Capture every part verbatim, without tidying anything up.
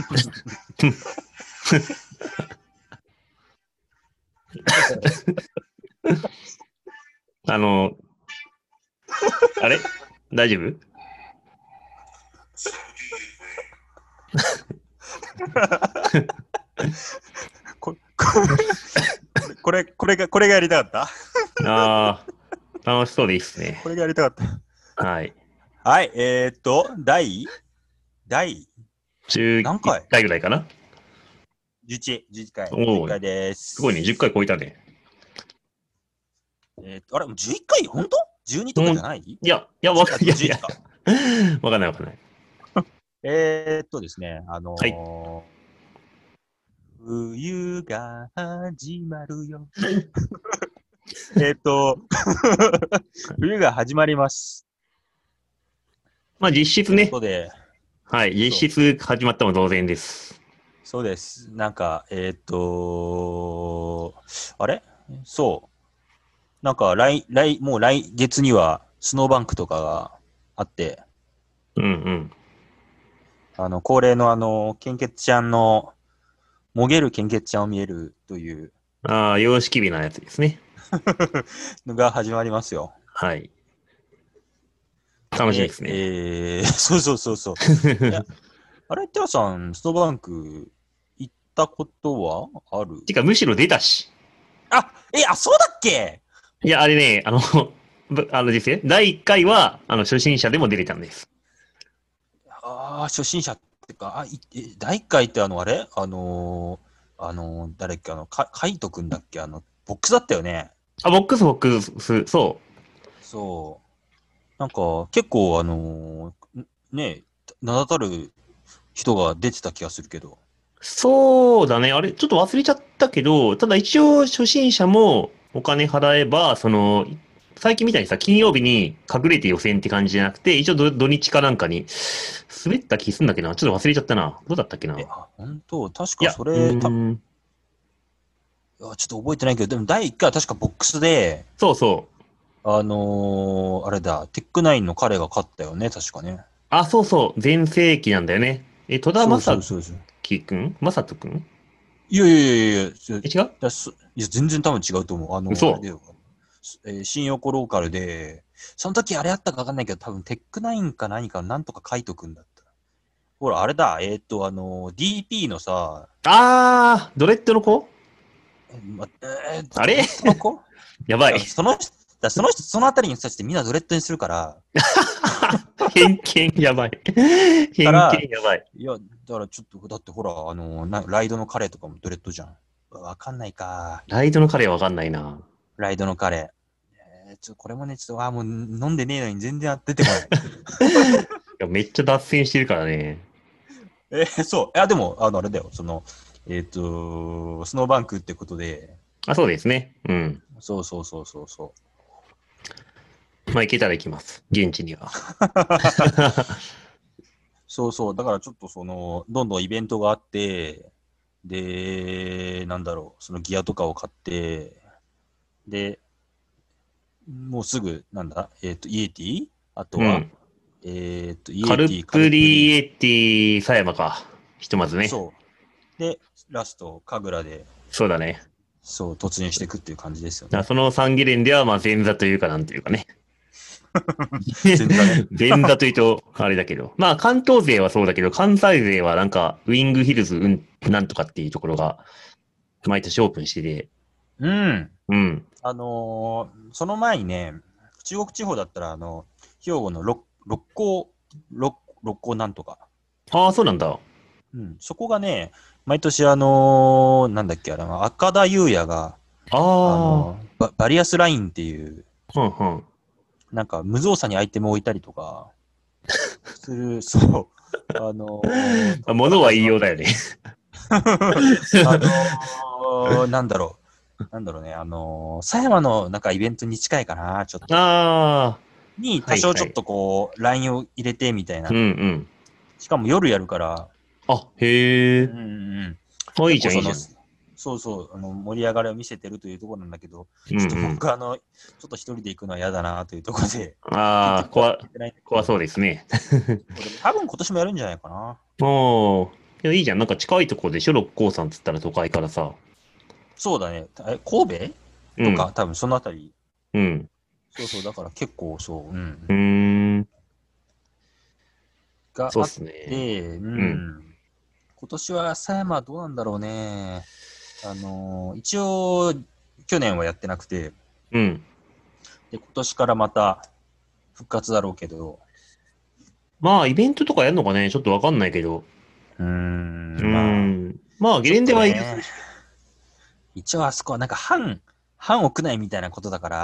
あの、あれ大丈夫？ ここれ、これが、これがやりたかったああ、楽しそうでいいっすね。 これがやりたかっはい。 た。はい、えー、っと、第、第 11 何回回ぐらいかな。 じゅういち、じゅういちかい、 おお、 じゅういっかいです。 すごいね。じゅっかい超えたね。 えー、っと、あれ、もうじゅういっかい本当 ?じゅうに とかじゃない、 いや、いや、わかんない。いやいやじゅういちか。 わかんないわかんない。 えー、っとですね、あのーはい。 冬が始まるよ。えーっと、冬が始まります。 まあ実質というこね。 とで、 はい。実そう、 質始まったも同然です。 そうです。なんか、えーっと、あれそう。なんか来、来、もう来月にはスノーバンクとかがあって、 うんうん。 あの、恒例のあの、献血ちゃんの、もげる献血ちゃんを見えるというああ、様式美なやつですね。 のが始まりますよ。 はい。楽しみでで、 すね。 えー、そうそうそうそう。いや、あれ、テラさん、スノーバンク行ったことはある？ てか、むしろ出たし。 あ、え、あ、そうだっけ？ いや、あれね、あの、ぶあのですね、だいいっかいは、あの、初心者でも出れたんです。 ああ、初心者ってか、あ、いえ、第一回ってあの、あれあのー、あのー、誰っけ、あの、か、カイトくんだっけ、あの、ボックスだったよね。 あ、ボックスボックス、そそう。なんか、結構、あのー、んね、名だたる人が出てた気がするけど。 う。そうだね。あれ、ちょっと忘れちゃったけど、ただ一応初心者もお金払えば、その、最近みたいにさ、金曜日に隠れて予選って感じじゃなくて、一応土土日かなんかに滑った気すんだっけな。ちょっと忘れちゃったな。どうだったっけえ、 な。 あ、本当確いや、 かそれ、た、 うーん。 あちょっと覚えてないけど、でも第一回は確かボックスで、 そうそう。 あのー、あれだ、テックナインの彼が勝ったよね、確かね。 あ、そうそう。全盛期なんだよね。え、戸田そうそ正うそうそう。 樹くん正人くん？ いやいやいやいや、いやえ、違う？ だそいや全然多分違うと思う。あの、あれ嘘。 だよ。えー新横ローカルで、その時あれあったかわかんないけど、多分テックナインか何かなんとか書いとくんだった。ほら、あれだ、えっ、と、あの、ディーピー のさ、 あー、ドレッドの子？ え、ま、えー、 あれ？ ドレッドの子やばい。 いや、その人、だその人、そのあたりの人たちってみんなドレッドにするから、 偏見やばい。偏から、 見やばい。 いや、だからちょっと、だってほら、あの、なライドの彼とかもドレッドじゃん。わかんないか。 ライドの彼はわかんないな。 ライドの彼。えー、ちょっとこれもね、ちょっと、あー、もう飲んでねえのに全然出てこない。 いや、めっちゃ脱線してるからね。 えー、そう。いや、でも、あの、あれだよ。その、えっ、と、スノーバンクってことで、 あ、そうですね。うん。 そうそうそうそうそまあ、行けたら行きます。現地には。 う。そうそう。だからちょっとその、どんどんイベントがあって、で、なんだろう、そのギアとかを買って、で、もうすぐ、なんだ、えっ、と、イエティあとは、 うん。 えっ、と、イカルエティ、カルププリ、 リエティ狭山か。ひとまずね。 そう。で、ラスト、神楽で、 そうだね。 そう、突入していくっていう感じですよね。 だからその三ゲレンでは、まあ、前座というかなんていうかね。 前座ね。 前座というと、あれだけど。まあ、関東勢はそうだけど、関西勢はなんか、ウィングヒルズ、うん、なんとかっていうところが、毎年オープンしてて、 うん。 うん。 あのーその前にね、中国地方だったら、あの、兵庫の六六甲、六六甲なんとか。 ああ、そうなんだ。 うん。そこがね、毎年あのーなんだっけ、あの、赤田優也が、ああのーバ、バリアスラインっていう、 あ、うんうん。 なんか無造作にアイテムを置いたりとか、する、そう、あのーまあ、 とこから物は言始まって、 いようだよね。 あのーなんだろう、なんだろうね、あのー狭山のなんかイベントに近いかな、ちょっと。 ああ、 に多はいはい。 少ちょっとこう、ラインを入れてみたいうんな。 うん。 しかも夜やるから、 あ、へえ。 うんうんうん。 あ、いい結構その、 じゃんいいじゃん。 そうそう、あの、盛り上がりを見せてるというところなんだけど、 うんうちょっとん。 僕あの、ちょっと一人で行くのは嫌だなというところで、結ああ、 局は行怖、 けてないんだけ怖ど、 そうですね。 そうでも多分今年もやるんじゃないかな。 おー。いや、いいじゃん。なんか近いところでしょ、六甲山っつったら都会からさ。 そうだね。え、神戸うん。 とか、多分そのあたり。 うん。 そうそう、だから結構そう、ううーん。 ん。そうっがあっすね。 て、ううん。 ん。今年は狭山はどうなんだろうね。あのー一応、去年はやってなくて、 うん。 で、今年からまた復活だろうけど、 まあ、イベントとかやるのかね、ちょっとわかんないけど。 うーうーん、まあ、 ん。まあ、ゲちょっレンデはいるとね、一応あそこはなんか半、半屋内みたいなことだから、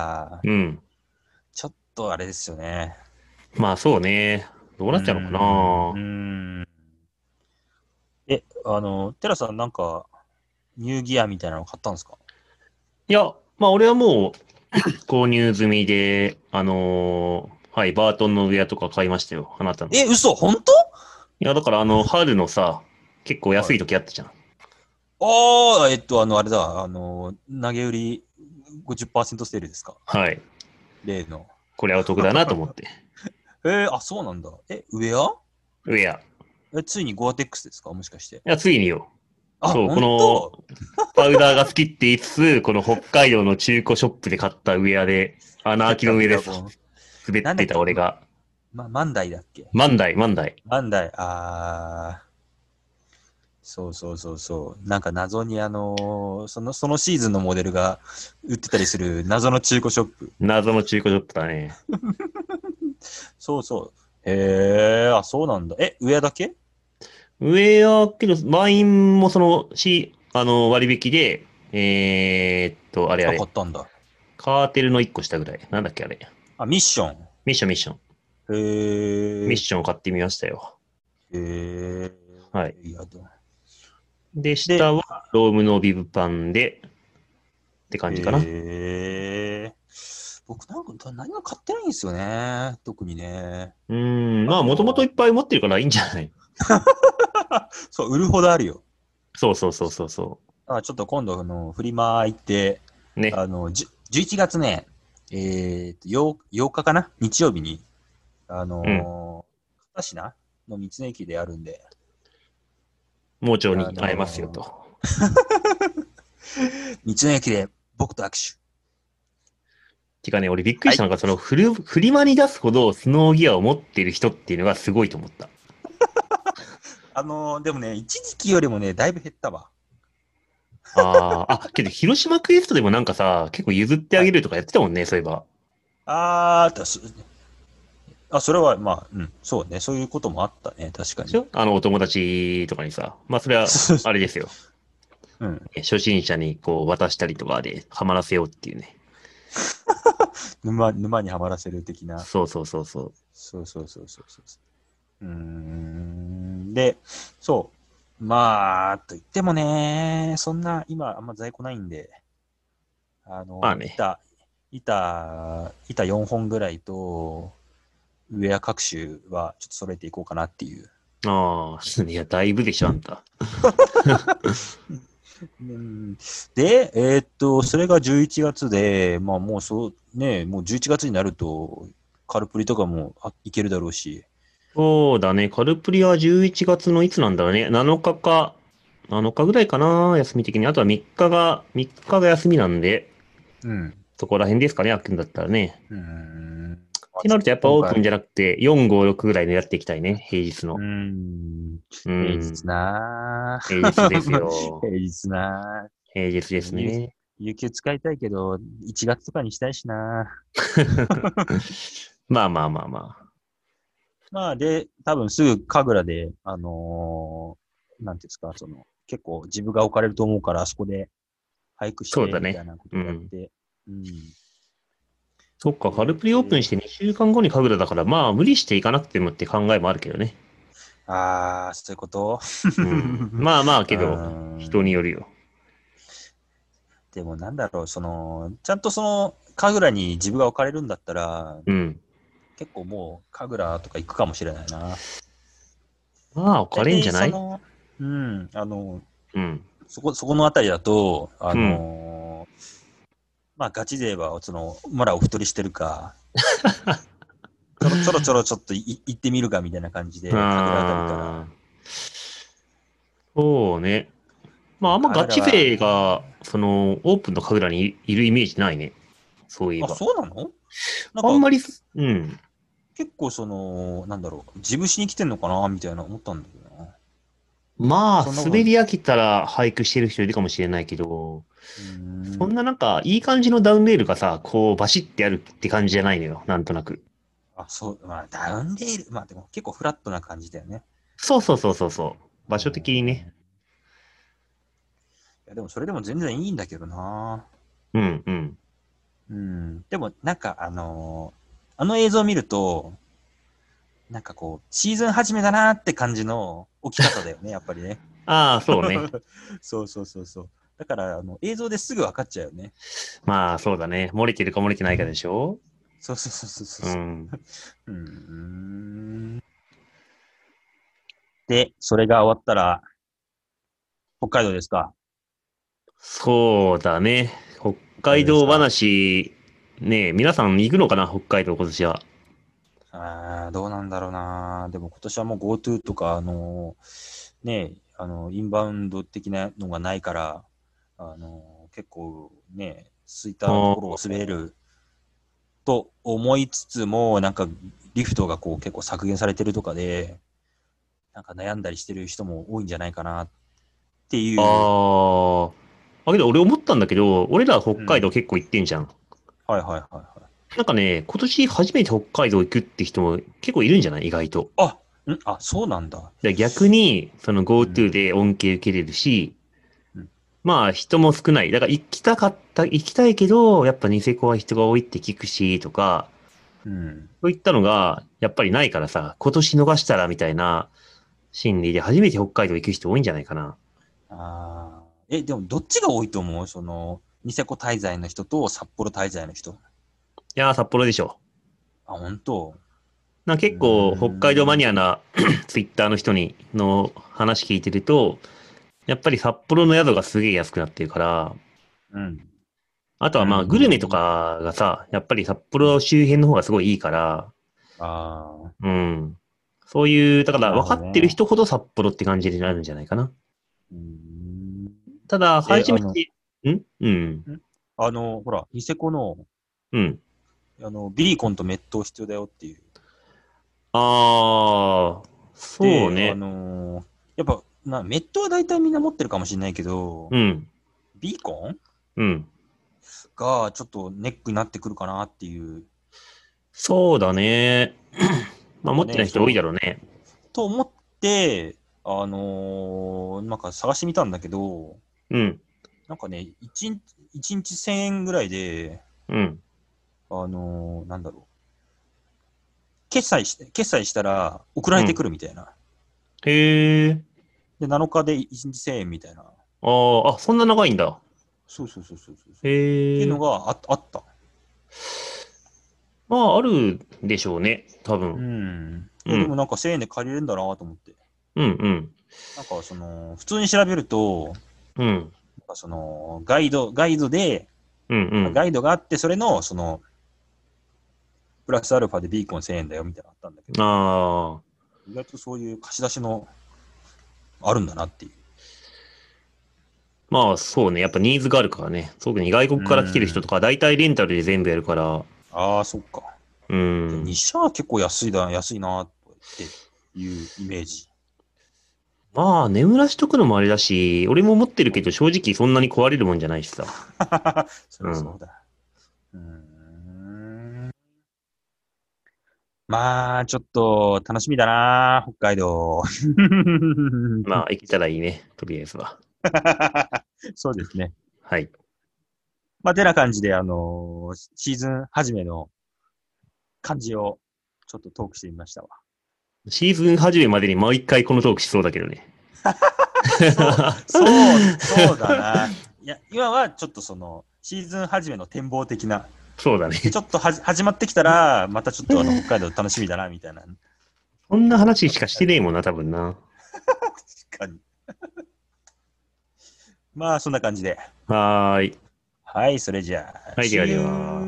うん。 ちょっとあれですよね。 まあ、そうね。どううーなっちゃうのかん、うな。 ーん。え、あの、テラさんなんか、ニューギアみたいなの買ったんですか？ いや、まあ、俺はもう購入済みで、あのーはい、バートンのウェアとか買いましたよ。あなたの。 え、嘘本当？ いや、だから、あの、春のさ、結構安いはい。 時あったじゃん。 ああ、えっと、あの、あれだ、あの、投げ売りごじゅっパーセントセールですか？ はい。 例の。 これはお得だなと思って。 えー、あ、そうなんだ。え、ウェアウェア。いえ、ついにゴアテックスですかもしかして。 や、ついによ。 あ、 そう、こ本の、 当？ パウダーが好きって言いつつ、この北海道の中古ショップで買ったウェアで、穴開き買ったの上です。 ベガボン。 滑ってなんだっけま、 た俺が。 ま、万代だっけ？ 万代、万代。 万代、あー。そうそうそうそう。なんか謎にあのーその、そのシーズンのモデルが売ってたりする謎の中古ショップ。 謎の中古ショップだね。 そうそう。へえ、あ、そうなんだ。え、ウェアだけ？ ウェア、けど、満員もその、し、あの、割引で、えーっと、あれああ、 れ。 買ったんだ。 カーテルのいっこ下ぐらい。なんだっけあれ。 あ、ミッション。 ミッションミッション。ミッへえ、 ションを買ってみましたよ。 へはい。 え、いやだ。 で、 で、 下はロームのビブパンで、って感じかな。 へえ、僕なんか何も買ってないんですよね。特にね。 うーん、まあ、もともといあの、 っぱい持ってるからいいんじゃない？ そう、売るほどあるよ。 そうそうそうそうそあ、ちょっと今度、あの、フリマ行って、 う。ね。 あの、じゅじゅういちがつね、えーと、よう、ようかかな日曜日に、あうん。 のー、片品の道の駅であるんで、 盲腸あに会えますよのと。 ー、道の駅で僕と握手。 てかね、俺びっくりはい。 したのが、そのフル、フリマに出すほどスノーギアを持ってる人っていうのがすごいと思った。 あのー、でもね、一時期よりもね、だいぶ減ったわ。 ああ、あ、けど広島クエストでもなんかさ、結構譲ってあはい。 げるとかやってたもんね、そういえば。 あー、だすあ、それは、まあ、うん、そうね、そういうこともあったね、確かに。 でしょあの、お友達とかにさ。まあ、それは、あれですよ。 うん。 初心者にこう渡したりとかでハマらせようっていうね。 沼、沼にはまらせる的な。 そうそうそうそう。 そうそうそうそうそう。うーん。で、そう。まあ、と言ってもね、そんな、今、あんま在庫ないんで、あの、 まあね。 板、板、板よんほんぐらいと、ウェア各種はちょっと揃えていこうかなっていう。 ああ、いや、だいぶでしょ、あんた。 うん、で、えーっと、それがじゅういちがつで、まあもうそう、ね、もうじゅういちがつになると、カルプリとかもあいけるだろうし、 そうだね。カルプリはじゅういちがつのいつなんだろうね。なのかか、なのかぐらいかな、休み的に。あとはみっかが、みっかが休みなんで、 うん。 そこら辺ですかね、開くんだったらね。 うーん。まあ、ちょっってなるとやっぱと今回、 オープンじゃなくて、よん、ご、ろくぐらい狙っていきたいね、平日うーの。 ん。 う平日ん。 な平日ですぁ。 よ。 平日な平日でぁ。有、 すね。 有給使いたいけど、いちがつとかにしたいしなまあまあまあまあ。 まあ、で、多分すぐ神楽で、あのーなんていうんですか、その、結構自分が置かれると思うから、あそこで俳句して、みたいそうだね。 なことうん。 をやって、うん。 そっか、カルプリオープンで、 してにしゅうかんごに神楽だから、まあ無理していかなくてもって考えもあるけどね。 あー、そういうことうん。まあまあうーけど、人によん。 るよ。 でもなんだろう、その、ちゃんとその、神楽に自分が置かれるんだったら、 うん。 結構もう、神楽とか行くかもしれないな。 まあ、置か大れんじゃない？ 体その、うん、あの、 うん。 そこ、そこのあたりだと、あうん。 のーまあ、ガチ勢は、その、まだお太りしてるか、ちょろちょろちょろちょっとい行ってみるかみたいな感じで、神楽あたりから、 ああ。 そうね。まあ、あんまガチ彼らが、 勢が、その、オープンの神楽にいいるイメージないね。そういえあ、 ば。 そうなの？なんか、 あんまりす、うん。 結構その、なんだろう、自分しに来てんのかなみたいな思ったんだけどな。 まあ、 そんなこと、う滑り飽きたら俳句してる人いるかもしれないけど、 ーん。 そんななんか、いい感じのダウンレールがさ、こう、バシってあるって感じじゃないのよ。なんとなく。 あ、そう、まあ、ダウンレール、まあでも結構フラットな感じだよね。 そうそうそうそうそう。場うー所的にね。 ん。いや、でもそれでも全然いいんだけどな。 うん、うん。 うん。でも、なんか、あのーあの映像を見ると、なんかこう、シーズン始めだなって感じの起き方だよね、やっぱりね。 ああ、そうね。 そうそうそうそう。だから、あの、映像ですぐ分かっちゃうよね。 まあ、そうだね。漏れてるか漏れてないかでしょ？ そうそうそうそうそう。 うん。 うーん。で、それが終わったら、北海道ですか？ そうだね。北北海海道道ですか？ 話、ねえ、皆さん行くのかな北海道今年は。 あーどうなんだろうな。でも今年はもう GoTo とか、あのね、あの、インバウンド的なのがないから、あの結構ね、空いたとあころを滑れると思いつつも、なんかリフトがこう結構削減されてるとかで、なんか悩んだりしてる人も多いんじゃないかなっていう。 あ。ああ。あ、けど俺思ったんだけど、俺ら北うん。 海道結構行ってんじゃん。 はいはいはいはい。 なんかね、今年初めて北海道行くって人も結構いるんじゃない意外と。 あ、んあ、そうなんだ。 で逆に、そのう GoTo ん。 で恩恵受けれるし、 うん。 まあ人も少ない。だから行きたかった、行きたいけど、やっぱニセコは人が多いって聞くし、とか、 うん。 そういったのがやっぱりないからさ、今年逃したらみたいな心理で初めて北海道行く人多いんじゃないかな。 ああ。え、でもどっちが多いと思う？その、ニセコ滞在の人と札幌滞在の人。 いやー、札幌でしょ。 あ、本当？ なんかうー結構北海道マん。 ニアなツイッターの人にの話聞いてると、やっぱり札幌の宿がすげえ安くなってるから、 うん。 あとはまあうん、 グルメとうん、 かがさ、やっぱり札うん。 幌周辺の方がすごいいいから、 あうん。そういう、だかあ、なるら分かってるほどね。 人ほど札幌って感じになるんじゃないかな。 うーん。 ただ、 え、あの、 初めて、んうん。 んあの、ほら、ニセコの、 うん。 あの、ビーコンとメット必要だよっていう。 ああ、そうで、あね。 のーやっぱ、な、メットは大体みんな持ってるかもしれないけど、 うん。 ビーコンうん。 がちょっとネックになってくるかなっていう。 そうだね。まあ持なんかね、 ってない人多いそう、 だろうね。 と思って、あのーなんか探してみたんだけど、 うん。 なんかね、いちにち、一日せんえんぐらいで、 うん。 あのーなんだろう。決済して、決済したら送られてくうん。 るみたいな。 へえ。 で、なのかでいちにちせんえんみたいな。 ああ、あ、そんな長いんだ。 そうそうそうそうそうそう。っていうへえ。 のがあ、あった。 まあ、あるでしょうね。多う分。 ん。いや、でもうん。 なんかせんえんで借りれるんだなと思って。 うん、うん。 なんかその、普通に調べると、 うん。 なんかその、ガイド、ガイドで、 うん、うん。 ガイドがあって、それの、その、プラスアルファでビーコンせんえんだよみたいなのあったんだけど、 ああ。 意外とそういう貸し出しのあるんだなっていう。 まあ、そうね。やっぱニーズがあるからね。特に外う国から来てる人とん。 か、大体レンタルで全部やるから。 ああ、そっか。 うじゃあ、 ん。 日社は結構安いだ、安いなっていうイメージ。 まあ、眠らしとくのもあれだし、俺も持ってるけど、正直そんなに壊れるもんじゃないしさ。 そうん。 りゃそうだ。うーん。まあ、ちょっと楽しみだな、北海道。 まあ、行けたらいいね。とりあえずは。 そうですね。 はい。 まあ、てな感じで、あのーシーズン初めの感じをちょっとトークしてみましたわ。 シーズン始めまでにもう一回このトークしそうだけどね。 そう、そう、そうだな。いや、今はちょっとその、シーズン初めの展望的な。 そうだね。 で、ちょっとはじ始まってきたら、またちょっとあの、北海道楽しみだな、みたいな。 そんな話しかしてねえもんな、多分な。 確かに。まあ、そんな感じで。 はーい。 はい、それじゃあ、 はい、ではでチューは。